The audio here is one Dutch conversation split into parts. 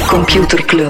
Computer Club.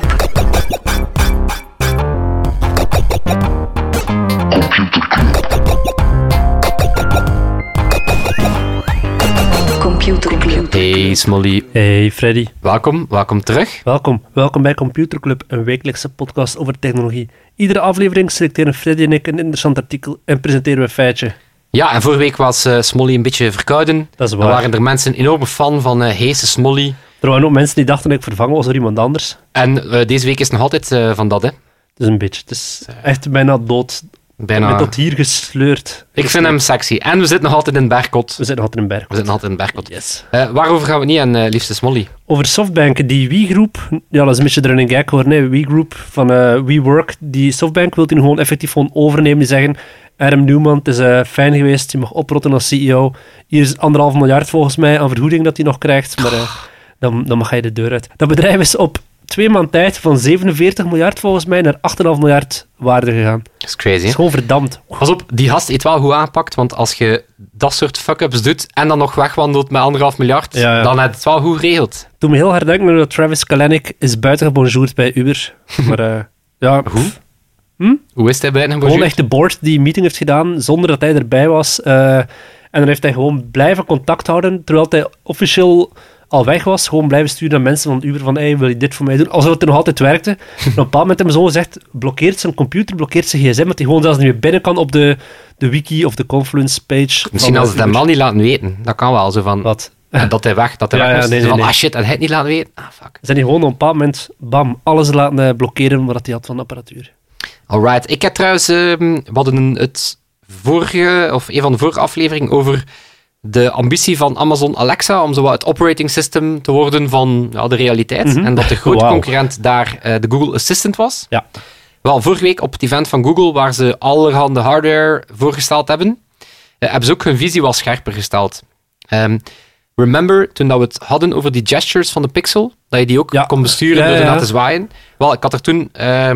Computer Club. Hey Smolly. Hey Freddy. Welkom terug. Welkom bij Computer Club, een wekelijkse podcast over technologie. Iedere aflevering selecteren Freddy en ik een interessant artikel en presenteren we een feitje. Ja, en vorige week was Smolly een beetje verkouden. Dat is waar. Dan waren er mensen enorme fan van heese Smolly. Er waren ook mensen die dachten dat ik vervangen was door iemand anders. En deze week is het nog altijd van dat, hè. Het is een beetje. Het is echt bijna dood. Bijna. Met tot hier gesleurd. Ik vind hem sexy. En we zitten nog altijd in Berkot. We zitten altijd in Berkot. Yes. Waarover gaan we het niet, liefste Smolly? Over Softbank, die WeGroup. Ja, dat is een beetje de running gag geworden. Hè. WeGroup van WeWork. Die Softbank wil die nu gewoon effectief overnemen. Die zeggen, Adam Newman, het is fijn geweest. Je mag oprotten als CEO. Hier is 1,5 miljard volgens mij aan vergoeding dat hij nog krijgt. Maar dan mag hij de deur uit. Dat bedrijf is op 2 maanden tijd van 47 miljard volgens mij naar 8,5 miljard waarde gegaan. Dat is crazy. Dat is gewoon verdampt. Pas op, die gast heeft wel goed aangepakt, want als je dat soort fuck-ups doet en dan nog wegwandelt met 1,5 miljard, dan heb je het wel goed geregeld. Toen me heel hard denken dat Travis Kalanick is buitengebonjourd bij Uber. Maar ja... Hoe? Hoe is hij buiten gewoon echt de board die een meeting heeft gedaan zonder dat hij erbij was. En dan heeft hij gewoon blijven contact houden, terwijl hij officieel al weg was, gewoon blijven sturen naar mensen van Uber van hey, wil je dit voor mij doen? Alsof het er nog altijd werkte. Op een bepaald moment hebben ze zo gezegd, blokkeert zijn computer, blokkeert zijn gsm, dat hij gewoon zelfs niet meer binnen kan op de wiki of de Confluence page. Misschien als ze het man niet laten weten. Dat kan wel, zo van... Wat? Dat hij weg was. Nee. Ah shit, en hij het niet laten weten. Ah, fuck. Ze zijn die gewoon op een bepaald moment, bam, alles laten blokkeren wat hij had van de apparatuur. Alright. Ik heb trouwens... we hadden een van de vorige afleveringen over de ambitie van Amazon Alexa om zo wat het operating system te worden van de realiteit. Mm-hmm. En dat de grote concurrent daar de Google Assistant was. Ja. Wel, vorige week op het event van Google, waar ze allerhande hardware voorgesteld hebben, hebben ze ook hun visie wel scherper gesteld. Remember, toen dat we het hadden over die gestures van de Pixel, dat je die ook kon besturen door ernaar te zwaaien. Wel, ik had er toen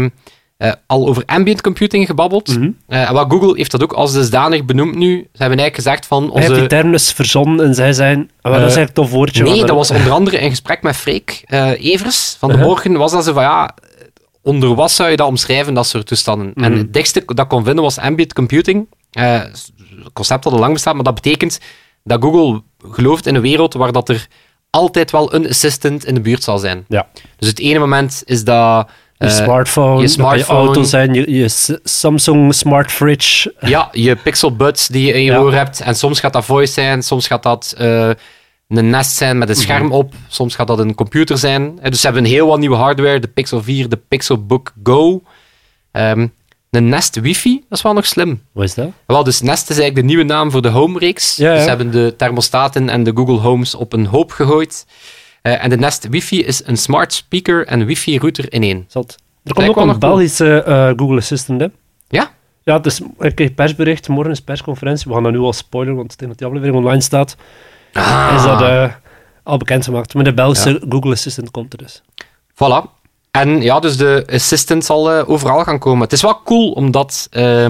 al over ambient computing gebabbeld. Mm-hmm. Google heeft dat ook als dusdanig benoemd nu. Ze hebben eigenlijk gezegd van... Hij heeft die term dus verzonnen en zij zijn... dat is eigenlijk een tof woordje. Nee, dat was onder andere in gesprek met Freek Evers van de Morgen. Was dat zo van, onder wat zou je dat omschrijven, dat soort toestanden? Mm-hmm. En het dichtste dat ik kon vinden was ambient computing. Het concept had al lang bestaan, maar dat betekent dat Google gelooft in een wereld waar dat er altijd wel een assistant in de buurt zal zijn. Ja. Dus het ene moment is dat... Je smartphone, je auto zijn, je Samsung smart fridge. Ja, je Pixel Buds die je in je oor hebt. En soms gaat dat voice zijn, soms gaat dat een Nest zijn met een scherm op. Soms gaat dat een computer zijn. Dus ze hebben heel wat nieuwe hardware. De Pixel 4, de Pixel Book Go. Een Nest Wifi, dat is wel nog slim. Wat is dat? Wel, dus Nest is eigenlijk de nieuwe naam voor de Home-reeks. Ja, ja. Dus ze hebben de thermostaten en de Google Homes op een hoop gegooid. En de Nest Wifi is een smart speaker en wifi-router in één. Er komt ook een Belgische Google Assistant, hè? Ja? Ja, dus ik kreeg persbericht, morgen is persconferentie. We gaan dat nu al spoileren, want tegen dat die aflevering online staat, is dat al bekendgemaakt. Maar de Belgische Google Assistant komt er dus. Voilà. En ja, dus de Assistant zal overal gaan komen. Het is wel cool, omdat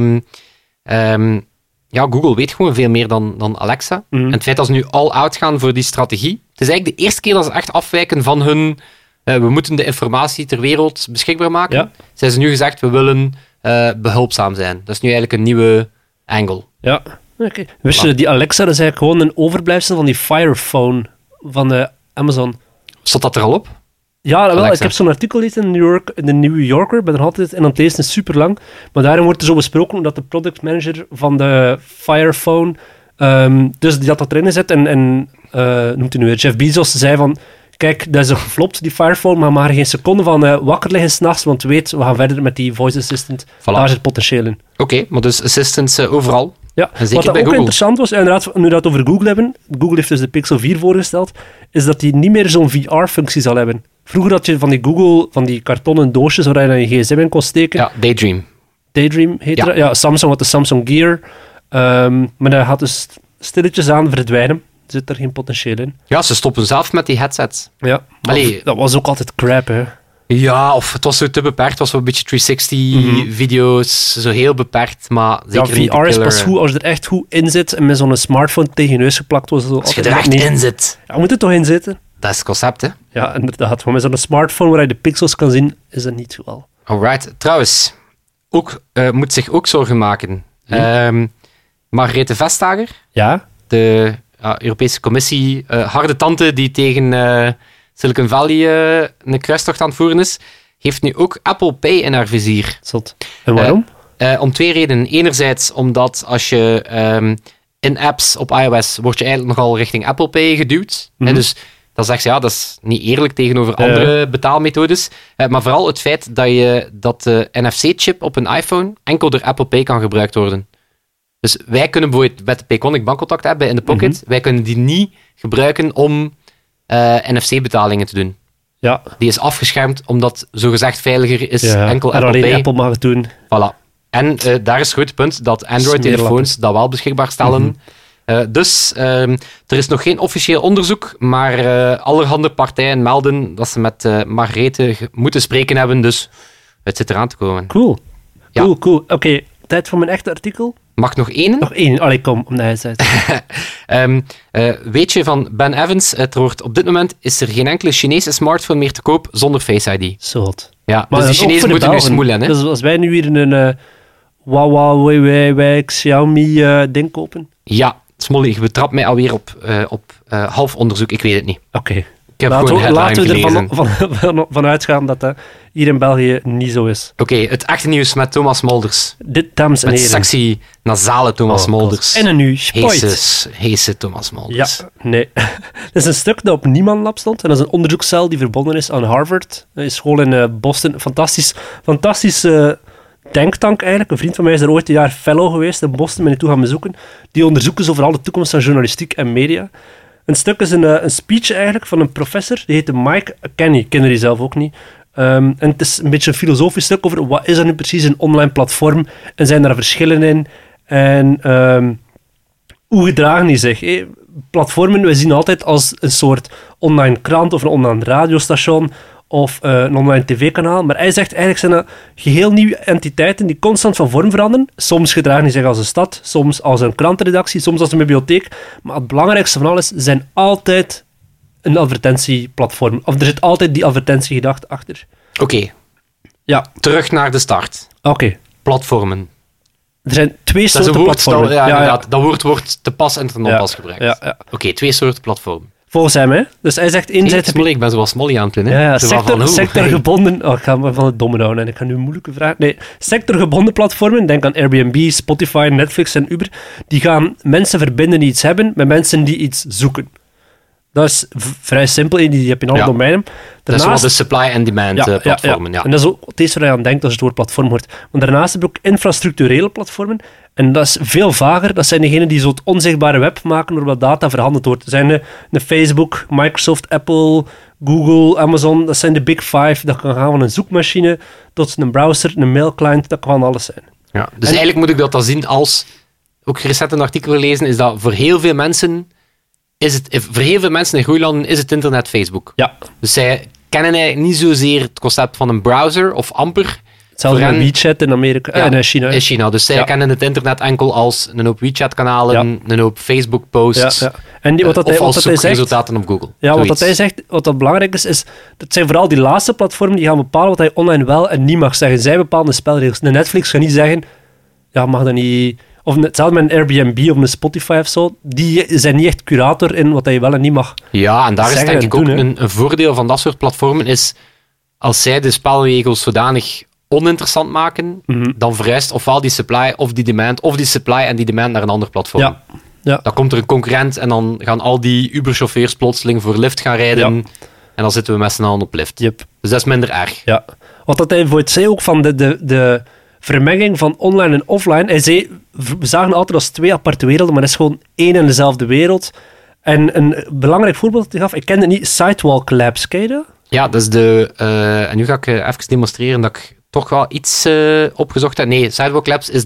Google weet gewoon veel meer dan Alexa. Mm. En het feit dat ze nu all-out gaan voor die strategie. Het is eigenlijk de eerste keer dat ze echt afwijken van hun... we moeten de informatie ter wereld beschikbaar maken. Ja. Ze hebben nu gezegd, we willen behulpzaam zijn. Dat is nu eigenlijk een nieuwe angle. Ja, oké. Wist je, die Alexa, dat is eigenlijk gewoon een overblijfsel van die Fire Phone van Amazon. Stond dat er al op? Ja, wel, ik heb zo'n artikel gelezen in de New Yorker, ik ben er altijd en aan het lezen, is super lang. Maar daarin wordt er zo besproken dat de product manager van de Fire Phone, dus die had dat erin gezet en noemt hij nu weer, Jeff Bezos, zei van, kijk, dat is nog geflopt, die Fire Phone, maar geen seconde van wakker liggen 's nachts, want weet, we gaan verder met die voice assistant. Voilà. Daar zit potentieel in. Oké, maar dus assistants overal. Ja, en zeker wat dat ook Google interessant was, inderdaad, nu we dat over Google hebben, Google heeft dus de Pixel 4 voorgesteld, is dat die niet meer zo'n VR-functie zal hebben. Vroeger had je van die kartonnen doosjes waar je dan je gsm in kon steken. Ja, Daydream heet dat. Ja, Samsung had de Samsung Gear. Maar dat gaat dus stilletjes aan verdwijnen. Er zit er geen potentieel in. Ja, ze stoppen zelf met die headsets. Ja, dat was ook altijd crap, hè. Ja, of het was zo te beperkt. Het was wel een beetje 360-video's, zo heel beperkt, maar zeker niet VR is pas goed als je er echt goed in zit en met zo'n smartphone tegen je neus geplakt was. Als je er echt in zit. Ja, moet er toch in zitten? Dat is het concept, hè. Ja, inderdaad. Maar met zo'n smartphone waar je de pixels kan zien, is dat niet zo. Alright. Trouwens, moet zich ook zorgen maken. Margrethe Vestager, Ja? de Europese Commissie, harde tante die tegen Silicon Valley een kruistocht aan het voeren is, heeft nu ook Apple Pay in haar vizier. Zot. En waarom? Om 2 redenen. Enerzijds omdat als je in apps op iOS word je eigenlijk nogal richting Apple Pay geduwd. En dus dan zegt ze, dat is niet eerlijk tegenover andere betaalmethodes. Maar vooral het feit dat de NFC-chip op een iPhone enkel door Apple Pay kan gebruikt worden. Dus wij kunnen bijvoorbeeld met de Payconic bankcontact hebben in de Pocket, wij kunnen die niet gebruiken om NFC-betalingen te doen. Ja. Die is afgeschermd omdat zogezegd veiliger is enkel en Apple alleen Pay. Apple mag het doen. Voilà. En daar is het grote punt dat Android-telefoons dat wel beschikbaar stellen. Dus er is nog geen officieel onderzoek, maar allerhande partijen melden dat ze met Margrethe moeten spreken hebben, dus het zit eraan te komen. Cool. Ja. Cool. Oké, tijd voor mijn echte artikel. Mag nog één? Nog één. Allee, kom, omdat hij het zei. Weet je van Ben Evans, op dit moment is er geen enkele Chinese smartphone meer te koop zonder Face ID. Zo hot. Ja, Maar dus die dat is ook Chinezen voor de moeten nu Belgen. smoelen. Hè? Dus als wij nu hier een Huawei Xiaomi ding kopen. Ja, Smolly, je betrapt mij alweer op half onderzoek, ik weet het niet. Oké. Ik heb gewoon de Laten we headline gelezen. ervan van uitgaan dat dat hier in België niet zo is. Oké, het echte nieuws met Thomas Molders. Dit, dames en Met heren. sexy, nasale Thomas Molders. En een nu, spoit. Heese Thomas Molders. Ja, nee. Het is een stuk dat op Nieman Lab stond. En dat is een onderzoekscel die verbonden is aan Harvard. Een school in Boston. Fantastische denktank eigenlijk. Een vriend van mij is er ooit een jaar fellow geweest in Boston, ben ik toe gaan bezoeken. Die onderzoeken zo vooral de toekomst van journalistiek en media. Een stuk is een speech eigenlijk van een professor. Die heette Mike Kenny. Ik ken die zelf ook niet. En het is een beetje een filosofisch stuk over wat is er nu precies een online platform en zijn daar verschillen in en hoe gedragen die zich. Platformen, we zien altijd als een soort online krant of een online radiostation of een online tv-kanaal, maar hij zegt eigenlijk zijn dat geheel nieuwe entiteiten die constant van vorm veranderen. Soms gedragen die zich als een stad, soms als een krantenredactie, soms als een bibliotheek, maar het belangrijkste van alles zijn altijd een advertentieplatform. Of er zit altijd die advertentiegedachte achter. Oké. Ja. Terug naar de start. Oké. Platformen. Er zijn 2 Dat is soorten een woord, platformen. inderdaad. Dat woord wordt te pas en te onpas gebruikt. Ja. Oké, 2 soorten platformen. Volgens hem, hè. Dus hij zegt enerzijds... Ik ben zoals Molly aan het doen, hè. Ja, Zo van, sectorgebonden... Oh, ik ga me van het domme houden en ik ga nu een moeilijke vraag... Nee, sectorgebonden platformen, denk aan Airbnb, Spotify, Netflix en Uber, die gaan mensen verbinden die iets hebben met mensen die iets zoeken. Dat is vrij simpel, die heb je in alle domeinen. Dat is wel de supply and demand platformen. Ja. En dat is ook het eerste waar je aan denkt als je het woord platform hoort. Maar daarnaast heb je ook infrastructurele platformen. En dat is veel vager. Dat zijn degenen die zo het onzichtbare web maken waarop data verhandeld wordt. Dat zijn de Facebook, Microsoft, Apple, Google, Amazon. Dat zijn de big five. Dat kan gaan van een zoekmachine tot een browser, een mailclient. Dat kan alles zijn. Ja. Dus eigenlijk moet ik dat dan zien als... Ook recent een artikel gelezen, is dat voor heel veel mensen... Voor heel veel mensen in groeilanden is het internet Facebook. Ja. Dus zij kennen eigenlijk niet zozeer het concept van een browser, of amper. Hetzelfde met WeChat in Amerika en in China. In China. Dus zij kennen het internet enkel als een hoop WeChat-kanalen, een hoop Facebook-posts, ja. En of als zoekresultaten op Google. Ja, wat hij zegt, wat dat belangrijk is, dat zijn vooral die laatste platformen die gaan bepalen wat hij online wel en niet mag zeggen. Zij bepalen de spelregels. De Netflix gaat niet zeggen, ja, mag dat niet... Of hetzelfde met een Airbnb of een Spotify of zo. Die zijn niet echt curator in wat je wel en niet mag. Ja, en daar is denk ik ook een voordeel van dat soort platformen is, als zij de spelregels zodanig oninteressant maken, dan verhuist ofwel die supply of die demand, of die supply en die demand naar een ander platform. Ja. Dan komt er een concurrent en dan gaan al die Uber-chauffeurs plotseling voor Lyft gaan rijden. En dan zitten we met z'n allen op Lyft. Yep. Dus dat is minder erg. Ja. Wat dat hij voor het zei ook van de vermenging van online en offline. Hij zei, we zagen altijd als 2 aparte werelden, maar dat is gewoon één en dezelfde wereld. En een belangrijk voorbeeld dat hij gaf, ik kende niet Sidewalk Labs, ken je dat? Ja, dat is en nu ga ik even demonstreren dat ik toch wel iets opgezocht heb. Nee, Sidewalk Labs is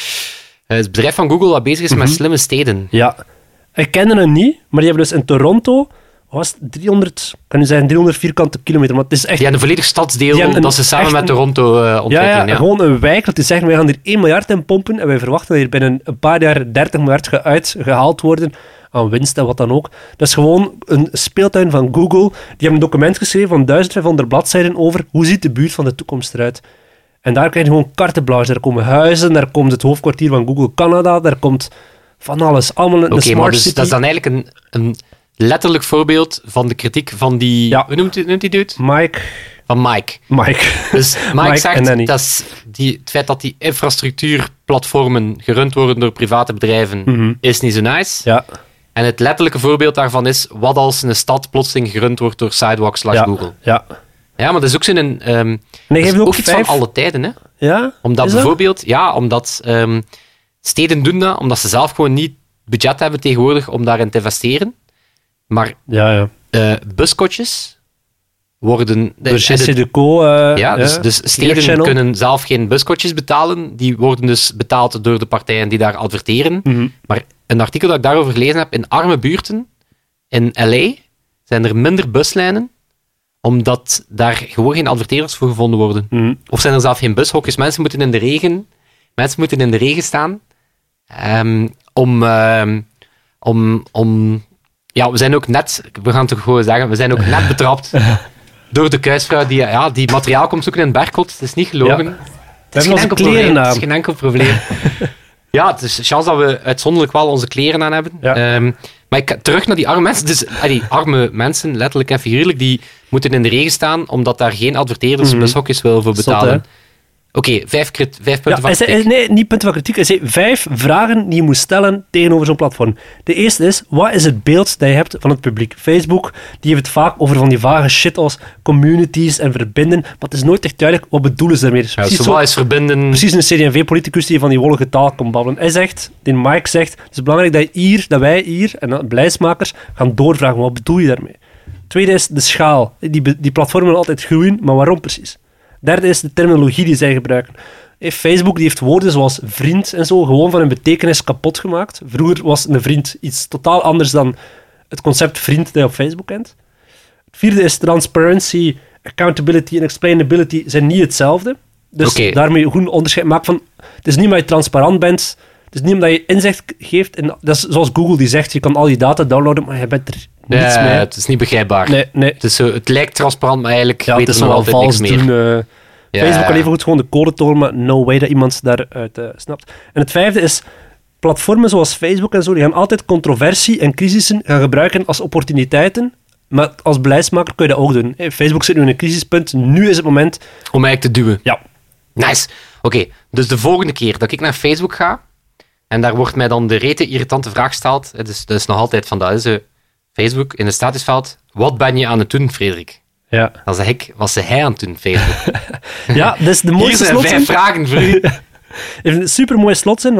het bedrijf van Google dat bezig is met slimme steden. Ja, ik kende hem niet, maar die hebben dus in Toronto... was 300 vierkante kilometer, maar het is echt... Die hebben een volledig stadsdeel dat ze samen met Toronto ontwikkelen. Ja, gewoon een wijk dat die zeggen, wij gaan hier 1 miljard in pompen en wij verwachten dat hier binnen een paar jaar 30 miljard uitgehaald worden aan winst en wat dan ook. Dat is gewoon een speeltuin van Google. Die hebben een document geschreven van 1500 bladzijden over hoe ziet de buurt van de toekomst eruit. En daar krijg je gewoon carte blanche. Daar komen huizen, daar komt het hoofdkwartier van Google Canada, daar komt van alles. Allemaal een smart maar dus city. dat is dan eigenlijk een letterlijk voorbeeld van de kritiek van die... Ja. Hoe noemt die dude? Mike. Van Mike. Mike Dus Mike en zegt Nanny. dat is het feit dat die infrastructuurplatformen gerund worden door private bedrijven is niet zo nice. Ja. En het letterlijke voorbeeld daarvan is wat als een stad plotseling gerund wordt door Sidewalk/Google. Ja. Ja, maar dat is ook zo'n... Nee, dat is geeft ook ook iets 5... van alle tijden, hè. Ja? Omdat Is dat? bijvoorbeeld... Ja, omdat steden doen dat, omdat ze zelf gewoon niet budget hebben tegenwoordig om daarin te investeren. Maar Ja. buskotjes worden... Door Jesse Decaux. Dus steden kunnen zelf geen buskotjes betalen. Die worden dus betaald door de partijen die daar adverteren. Maar een artikel dat ik daarover gelezen heb, in arme buurten in LA zijn er minder buslijnen, omdat daar gewoon geen adverteerders voor gevonden worden. Of zijn er zelf geen bushokjes. Mensen moeten in de regen staan ja, we zijn ook net... We gaan het toch gewoon zeggen, we zijn ook net betrapt door de kuisvrouw die materiaal komt zoeken in het berghot. Het is niet gelogen. Ja. Het is geen enkel probleem. Ja, het is chance dat we uitzonderlijk wel onze kleren aan hebben. Ja. Maar terug naar die arme mensen. Dus, die arme mensen, letterlijk en figuurlijk, die moeten in de regen staan, omdat daar geen adverteerders bushokjes willen voor betalen. Oké, 5 punten van kritiek. Nee, niet punten van kritiek. Hij zei 5 vragen die je moet stellen tegenover zo'n platform. De eerste is, wat is het beeld dat je hebt van het publiek? Facebook, die heeft het vaak over van die vage shit als communities en verbinden, maar het is nooit echt duidelijk, wat bedoelen ze daarmee? Ja, zowel is verbinden... Precies een CD&V-politicus die van die wollige taal komt babbelen. Hij zegt, Mike zegt, het is belangrijk dat wij hier, en beleidsmakers, gaan doorvragen, wat bedoel je daarmee? Tweede is de schaal. Die platformen willen altijd groeien, maar waarom precies? Derde is de terminologie die zij gebruiken. Facebook die heeft woorden zoals vriend en zo gewoon van hun betekenis kapot gemaakt. Vroeger was een vriend iets totaal anders dan het concept vriend dat je op Facebook kent. Het vierde is transparency, accountability en explainability zijn niet hetzelfde. Dus daarmee goed een onderscheid maken van... Het is niet omdat je transparant bent, het is niet omdat je inzicht geeft. En dat is zoals Google die zegt, je kan al die data downloaden, maar je bent er niets mee. Het is niet begrijpbaar. Nee. Het, is zo, het lijkt transparant, maar eigenlijk het weten is we nog wel altijd niks meer. Doen, Facebook kan even goed gewoon de code tonen, maar no way dat iemand daaruit snapt. En het vijfde is, platformen zoals Facebook en zo, die gaan altijd controversie en crisissen gaan gebruiken als opportuniteiten, maar als beleidsmaker kun je dat ook doen. Facebook zit nu in een crisispunt, nu is het moment... Om eigenlijk te duwen. Ja. Nice. Oké, dus de volgende keer dat ik naar Facebook ga, en daar wordt mij dan de rete irritante vraag gesteld, dus dat is nog altijd van dat is Facebook, in het statusveld, wat ben je aan het doen, Frederik? Ja. Dan zeg ik, wat is hij aan het doen, Facebook? Ja, dat is de mooiste slotzin. Hier zijn 5 vragen voor u. Even een supermooie slotzin,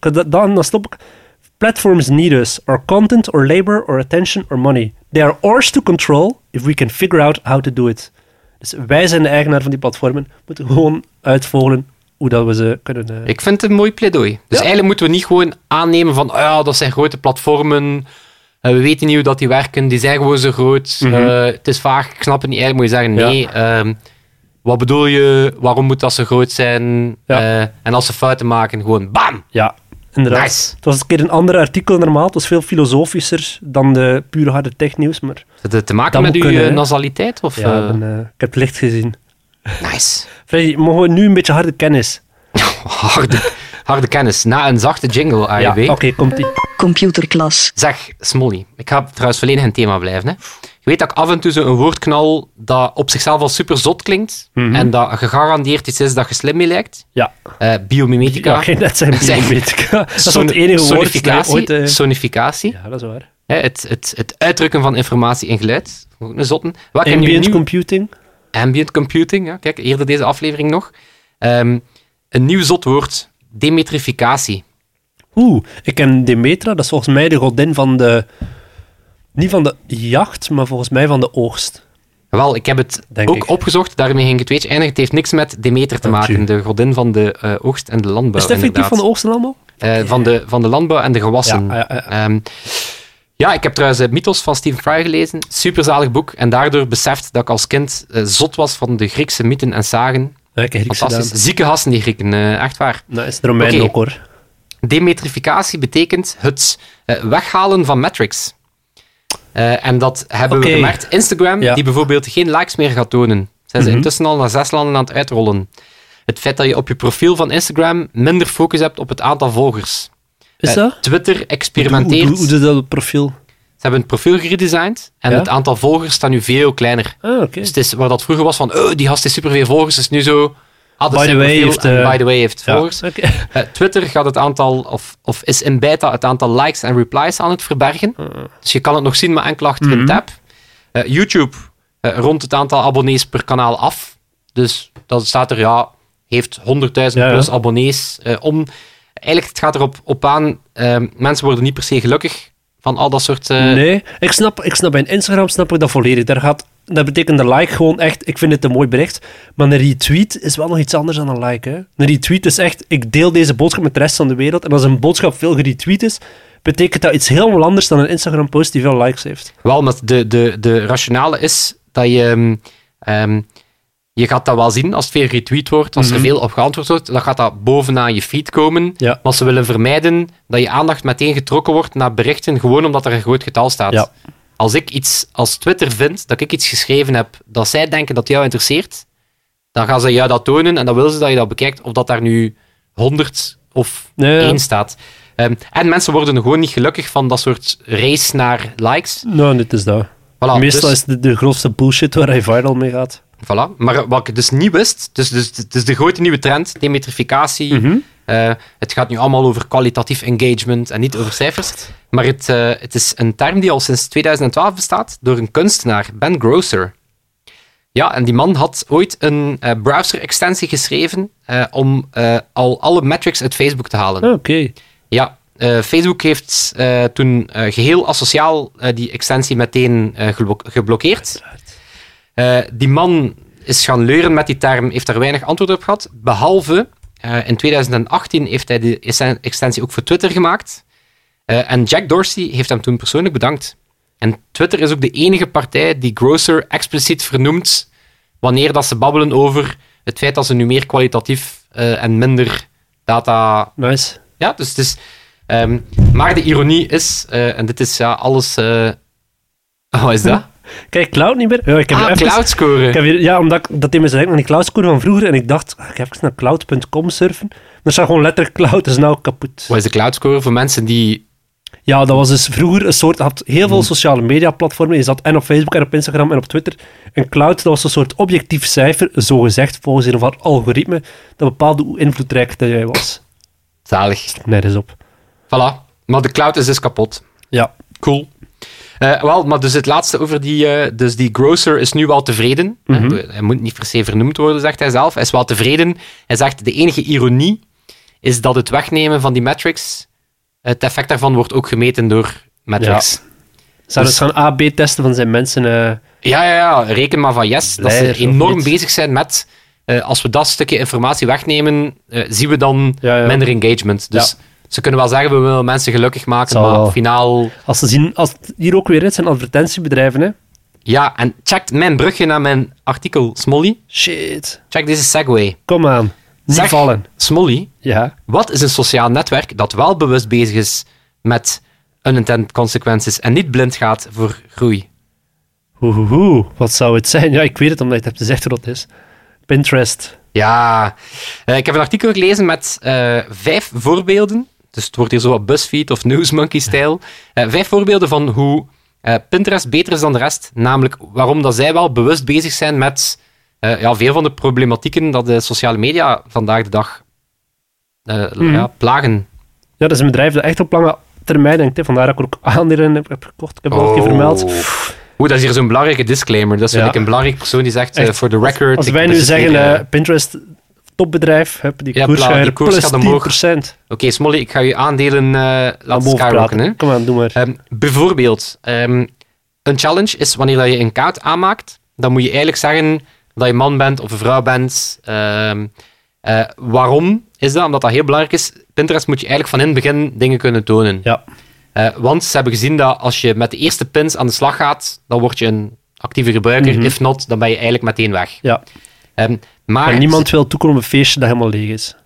dan stop ik. Platforms need us, or content, or labor, or attention, or money. They are ours to control if we can figure out how to do it. Dus wij zijn de eigenaar van die platformen. We moeten gewoon uitvogelen hoe dat we ze kunnen... Ik vind het een mooi pleidooi. Dus eigenlijk moeten we niet gewoon aannemen van dat zijn grote platformen, we weten niet hoe dat die werken, die zijn gewoon zo groot, het is vaag, ik snap het niet. Eigenlijk moet je zeggen, nee, wat bedoel je, waarom moet dat zo groot zijn? En als ze fouten maken, gewoon bam! Ja, inderdaad. Nice. Het was een keer een ander artikel normaal, het was veel filosofischer dan de pure harde technieuws, maar... Heeft het te maken met uw nasaliteit? Of, ja, ik heb het licht gezien. Nice. Freddy, mogen we nu een beetje harde kennis? Harde kennis. Na een zachte jingle, AEW. Ja, oké, komt-ie. Computerklas. Zeg, Smolly, ik ga trouwens volledig in het thema blijven. Hè. Je weet dat ik af en toe zo een woord knal dat op zichzelf al super zot klinkt en dat gegarandeerd iets is dat je slim mee lijkt. Ja. Biomimetica. Ja, geen net zijn biomimetica. Dat is het enige woord dat ooit... Sonificatie. Ja, dat is waar. Het uitdrukken van informatie in geluid. Ook een zotten. Ambient computing. Ambient computing, ja. Kijk, eerder deze aflevering nog. Een nieuw zot woord. Demetrificatie. Ik ken Demetra, dat is volgens mij de godin van de... Niet van de jacht, maar volgens mij van de oogst. Wel, ik heb het ook opgezocht, daarmee ging ik het weetje eindigen. Het heeft niks met Demeter te maken, de godin van de oogst en de landbouw. Is het effectief van de oogst en landbouw? Van de landbouw en de gewassen. Ja. Ik heb trouwens Mythos van Stephen Fry gelezen. Superzalig boek. En daardoor beseft dat ik als kind zot was van de Griekse mythen en sagen. Ja, ik heb fantastisch. Zieke hassen, die Grieken. Echt waar. Dat is de Romeinen ook, hoor. Demetrificatie betekent het weghalen van metrics. En dat hebben we gemerkt. Instagram, die bijvoorbeeld geen likes meer gaat tonen. Zijn ze intussen al naar 6 landen aan het uitrollen. Het feit dat je op je profiel van Instagram minder focus hebt op het aantal volgers. Is dat? Twitter experimenteert. Hoe doe je dat op het profiel? Ze hebben het profiel geredesigned en het aantal volgers staat nu veel kleiner. Dus het is waar dat vroeger was van, die gast heeft superveel volgers, is nu zo... By the way heeft volgers. Twitter gaat het aantal, of is in beta het aantal likes en replies aan het verbergen. Dus je kan het nog zien met enkel achter een tab. YouTube rondt het aantal abonnees per kanaal af. Dus dat staat er, heeft 100.000 plus abonnees. Eigenlijk, het gaat erop aan, mensen worden niet per se gelukkig van al dat soort... Nee, ik snap bij Instagram snap ik dat volledig. Dat betekent de like gewoon echt, ik vind het een mooi bericht, maar een retweet is wel nog iets anders dan een like. Hè? Een retweet is echt, ik deel deze boodschap met de rest van de wereld, en als een boodschap veel geretweet is, betekent dat iets helemaal anders dan een Instagram-post die veel likes heeft. Wel, maar de rationale is dat je... je gaat dat wel zien als het veel retweet wordt, als er veel op geantwoord wordt, dan gaat dat bovenaan je feed komen. Ja. Maar ze willen vermijden dat je aandacht meteen getrokken wordt naar berichten, gewoon omdat er een groot getal staat. Ja. Als Twitter vindt dat ik iets geschreven heb dat zij denken dat jou interesseert, dan gaan ze jou dat tonen en dan willen ze dat je dat bekijkt, of dat daar nu 100 of 1 staat. En mensen worden gewoon niet gelukkig van dat soort race naar likes. Nou, dit is dat. Voilà, meestal is het de grootste bullshit waar hij viral mee gaat. Voilà. Maar wat ik dus niet wist, dus het is de grote nieuwe trend, demetrificatie. Het gaat nu allemaal over kwalitatief engagement en niet over cijfers. Maar het is een term die al sinds 2012 bestaat door een kunstenaar, Ben Grosser. Ja, en die man had ooit een browser-extensie geschreven om al alle metrics uit Facebook te halen. Oké. Ja, Facebook heeft toen geheel asociaal die extensie meteen geblokkeerd. Die man is gaan leuren met die term, heeft daar weinig antwoord op gehad, behalve in 2018 heeft hij de extensie ook voor Twitter gemaakt. En Jack Dorsey heeft hem toen persoonlijk bedankt. En Twitter is ook de enige partij die Grosser expliciet vernoemt wanneer dat ze babbelen over het feit dat ze nu meer kwalitatief en minder data... Nice. Ja, dus het is... maar de ironie is, en dit is alles... wat is dat? Kijk, cloud niet meer? Ja, ik heb cloudscoren. Omdat dat deed me zo aan die cloudscore van vroeger en ik dacht, ik ga even naar cloud.com surfen. Er staat gewoon letterlijk cloud, is nou kapot. Wat is de cloudscore voor mensen die... Ja, dat was dus vroeger een soort... had heel veel sociale media platformen. Je zat en op Facebook en op Instagram en op Twitter. En cloud, dat was een soort objectief cijfer, zogezegd, volgens een of ander algoritme, dat bepaalde hoe invloedrijk dat jij was. Zalig. Nergens op. Voilà. Maar de cloud is dus kapot. Ja. Cool. Maar dus het laatste over die Grosser is nu wel tevreden. Hij moet niet per se vernoemd worden, zegt hij zelf. Hij is wel tevreden. Hij zegt, de enige ironie is dat het wegnemen van die metrics, het effect daarvan wordt ook gemeten door metrics. Ja. Zou het gaan A-B testen van zijn mensen? Ja, reken maar van yes. Dat ze enorm bezig zijn met, als we dat stukje informatie wegnemen, zien we dan minder engagement. Dus ze kunnen wel zeggen, we willen mensen gelukkig maken, maar finaal... Als ze zien, als het hier ook weer is, zijn advertentiebedrijven, hè? Ja, en check mijn brugje naar mijn artikel, Smolly. Shit. Check deze segue. Kom aan. Niet vallen. Smolly, wat is een sociaal netwerk dat wel bewust bezig is met unintended consequences en niet blind gaat voor groei? Wat zou het zijn? Ja, ik weet het, omdat je het hebt gezegd wat het is. Pinterest. Ja, ik heb een artikel gelezen met 5 voorbeelden. Dus het wordt hier zo wat BuzzFeed of Newsmonkey-stijl. 5 voorbeelden van hoe Pinterest beter is dan de rest. Namelijk waarom dat zij wel bewust bezig zijn met veel van de problematieken dat de sociale media vandaag de dag plagen. Ja, dat is een bedrijf dat echt op lange termijn denkt. Vandaar dat ik ook aandelen heb gekocht. Ik heb het al een keer vermeld. Dat is hier zo'n belangrijke disclaimer. Dat is een belangrijke persoon die zegt, voor de record... Als wij nu zeggen, Pinterest, topbedrijf, die koers gaat omhoog. Oké, Smolly, ik ga je aandelen laten skyrocken. Kom aan, doe maar. Bijvoorbeeld, een challenge is wanneer dat je een account aanmaakt, dan moet je eigenlijk zeggen dat je man bent of een vrouw bent. Waarom is dat? Omdat dat heel belangrijk is. Pinterest moet je eigenlijk van in het begin dingen kunnen tonen. Ja. Want ze hebben gezien dat als je met de eerste pins aan de slag gaat, dan word je een actieve gebruiker. If not, dan ben je eigenlijk meteen weg. Ja. Maar niemand wil toekomen op een feestje dat helemaal leeg is.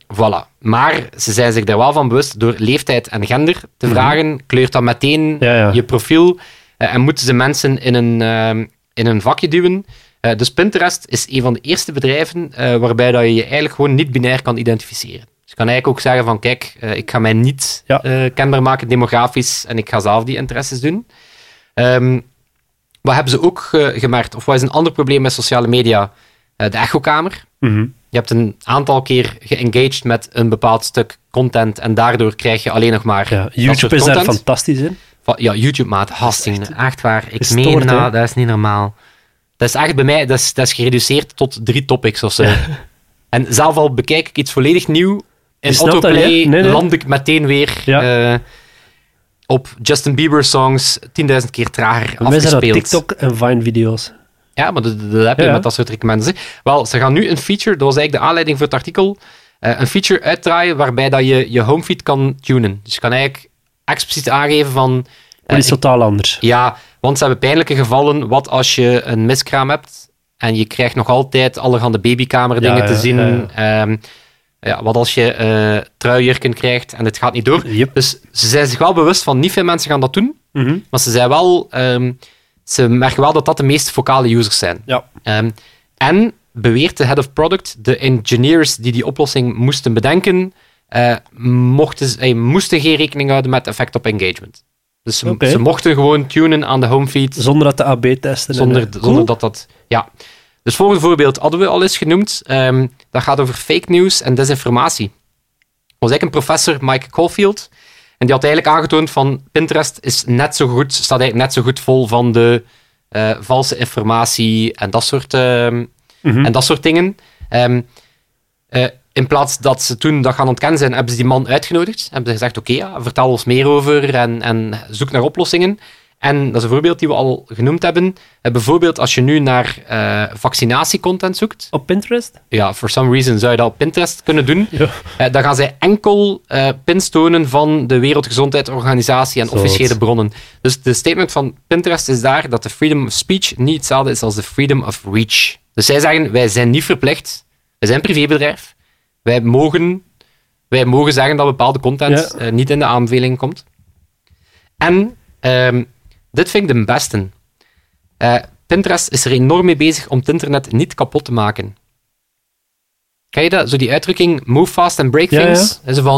Voilà. Maar ze zijn zich er wel van bewust door leeftijd en gender te vragen, kleurt dat meteen je profiel en moeten ze mensen in een vakje duwen. Dus Pinterest is een van de eerste bedrijven waarbij dat je eigenlijk gewoon niet binair kan identificeren. Dus je kan eigenlijk ook zeggen van kijk, ik ga mij niet kenbaar maken demografisch en ik ga zelf die interesses doen. Wat hebben ze ook gemerkt? Of wat is een ander probleem met sociale media? De echokamer. Je hebt een aantal keer geengaged met een bepaald stuk content en daardoor krijg je alleen nog maar YouTube is daar fantastisch in. Ja, YouTube, maat. Echt waar. Ik meen dat is niet normaal. Dat is echt bij mij, dat is gereduceerd tot 3 topics of zo. En zelf al bekijk ik iets volledig nieuw, in autoplay land ik meteen weer op Justin Bieber songs 10.000 keer trager afgespeeld. Wij zijn dat TikTok en Vine-video's. Ja, maar dat heb je met dat soort recommenders. Wel, ze gaan nu een feature, dat was eigenlijk de aanleiding voor het artikel, een feature uitdraaien waarbij dat je je homefeed kan tunen. Dus je kan eigenlijk expliciet aangeven van... Dat is totaal anders. Ja, want ze hebben pijnlijke gevallen. Wat als je een miskraam hebt en je krijgt nog altijd allerhande babykamer dingen te zien. Wat als je truijurken krijgt en het gaat niet door. Yep. Dus ze zijn zich wel bewust van niet veel mensen gaan dat doen. Maar ze zijn wel... ze merken wel dat dat de meest focale users zijn. Ja. En beweert de head of product, de engineers die oplossing moesten bedenken, moesten geen rekening houden met effect op engagement. Dus ze mochten gewoon tunen aan de homefeed. Zonder dat de AB testen. Zonder dat... Ja. Dus volgende voorbeeld hadden we al eens genoemd. Dat gaat over fake news en desinformatie. Er was eigenlijk een professor, Mike Caulfield, en die had eigenlijk aangetoond van Pinterest staat eigenlijk net zo goed vol van de valse informatie en dat soort dingen. In plaats dat ze toen dat gaan ontkennen zijn, hebben ze die man uitgenodigd. Hebben ze gezegd, oké, vertel ons meer over en zoek naar oplossingen. En dat is een voorbeeld die we al genoemd hebben. Bijvoorbeeld als je nu naar vaccinatiecontent zoekt. Op Pinterest? Ja, for some reason zou je dat op Pinterest kunnen doen. Ja. Dan gaan zij enkel pins tonen van de Wereldgezondheidsorganisatie en officiële bronnen. Dus de statement van Pinterest is daar dat de freedom of speech niet hetzelfde is als de freedom of reach. Dus zij zeggen, wij zijn niet verplicht. Wij zijn een privébedrijf. Wij mogen zeggen dat bepaalde content niet in de aanbeveling komt. En... dit vind ik de beste. Pinterest is er enorm mee bezig om het internet niet kapot te maken. Ken je dat? Zo die uitdrukking, move fast and break things. En zo van,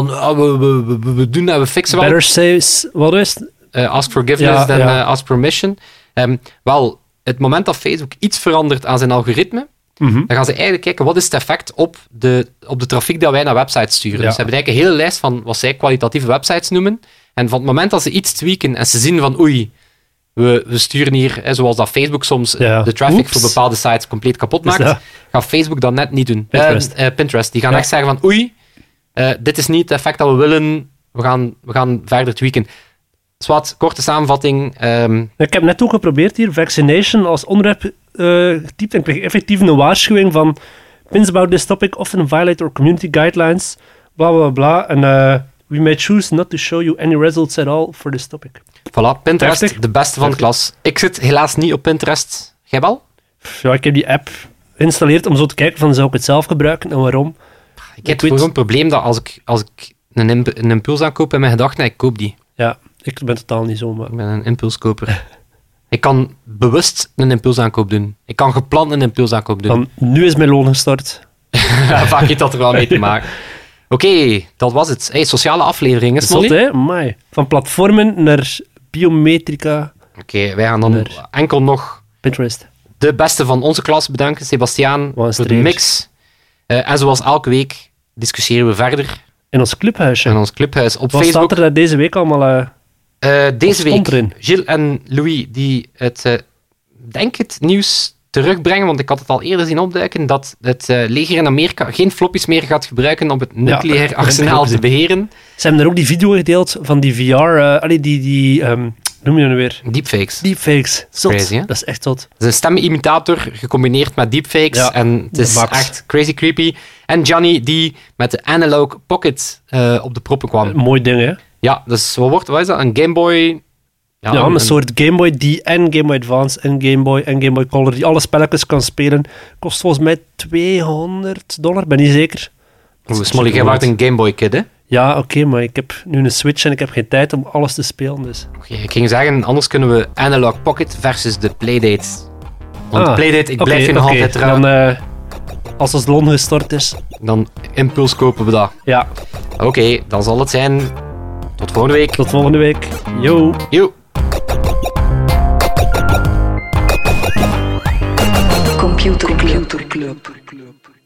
we doen dat, we fixen wel. Better say, wat is het? Ask forgiveness than ask permission. Wel, het moment dat Facebook iets verandert aan zijn algoritme, dan gaan ze eigenlijk kijken, wat is het effect op de trafiek dat wij naar websites sturen. Dus ze hebben eigenlijk een hele lijst van wat zij kwalitatieve websites noemen. En van het moment dat ze iets tweaken en ze zien van, oei, we sturen hier, zoals dat Facebook soms de traffic voor bepaalde sites compleet kapot maakt, gaat Facebook dat net niet doen. Pinterest. Die gaan echt zeggen van, oei, dit is niet het effect dat we willen, we gaan verder tweaken. Zwat, korte samenvatting. Ik heb net ook geprobeerd hier, vaccination als onderwerp getypt en ik kreeg effectief een waarschuwing van pins about this topic often violate our community guidelines, bla bla bla, en we may choose not to show you any results at all for this topic. Voilà, Pinterest, de beste van de klas. Ik zit helaas niet op Pinterest. Jij wel? Ja, ik heb die app geïnstalleerd om zo te kijken van, zou ik het zelf gebruiken en waarom? Ik heb gewoon een probleem dat als ik een impuls aankoop in mijn gedachten, ik koop die. Ja, ik ben totaal niet zo, maar... Ik ben een impulskoper. Ik kan bewust een impulsaankoop doen. Ik kan gepland een impulsaankoop doen. Dan, nu is mijn loon gestort. Vaak heeft dat er wel mee te maken. Oké, dat was het. Hey, sociale afleveringen, Smolly. Zot, hè? Amai. Van platformen naar biometrica. Oké, wij gaan dan enkel nog Pinterest. De beste van onze klas bedanken. Sebastiaan, voor de mix. En zoals elke week discussiëren we verder. In ons clubhuisje. In ons clubhuis op Wat Facebook. Wat staat er deze week allemaal... Deze week, Gilles en Louis, die het nieuws terugbrengen, want ik had het al eerder zien opduiken, dat het leger in Amerika geen floppies meer gaat gebruiken om het nucleair arsenaal te beheren. Ze hebben er ook die video gedeeld van die VR, noem je dat nu weer? Deepfakes. Deepfakes. Zot. Crazy, hè? Dat is echt zot. Het is een stemimitator gecombineerd met deepfakes en het is echt crazy creepy. En Johnny, die met de Analog Pocket op de proppen kwam. Mooi ding, hè? Ja, dus wat is dat? Een Game Boy... Ja, een soort Game Boy die en Game Boy Advance en Game Boy Color, die alle spelletjes kan spelen. Kost volgens mij $200, ben niet zeker. Smolly, jij waart een Game Boy Kid, hè? Ja, oké, maar ik heb nu een Switch en ik heb geen tijd om alles te spelen, dus... Oké, ik ging zeggen, anders kunnen we Analog Pocket versus de Playdate. Want Playdate, ik blijf je nog altijd trouw. Dan, als ons loon gestort is... Dan impuls kopen we dat. Ja. Oké, dan zal het zijn. Tot volgende week. Tot volgende week. Yo. Yo. Computer Club.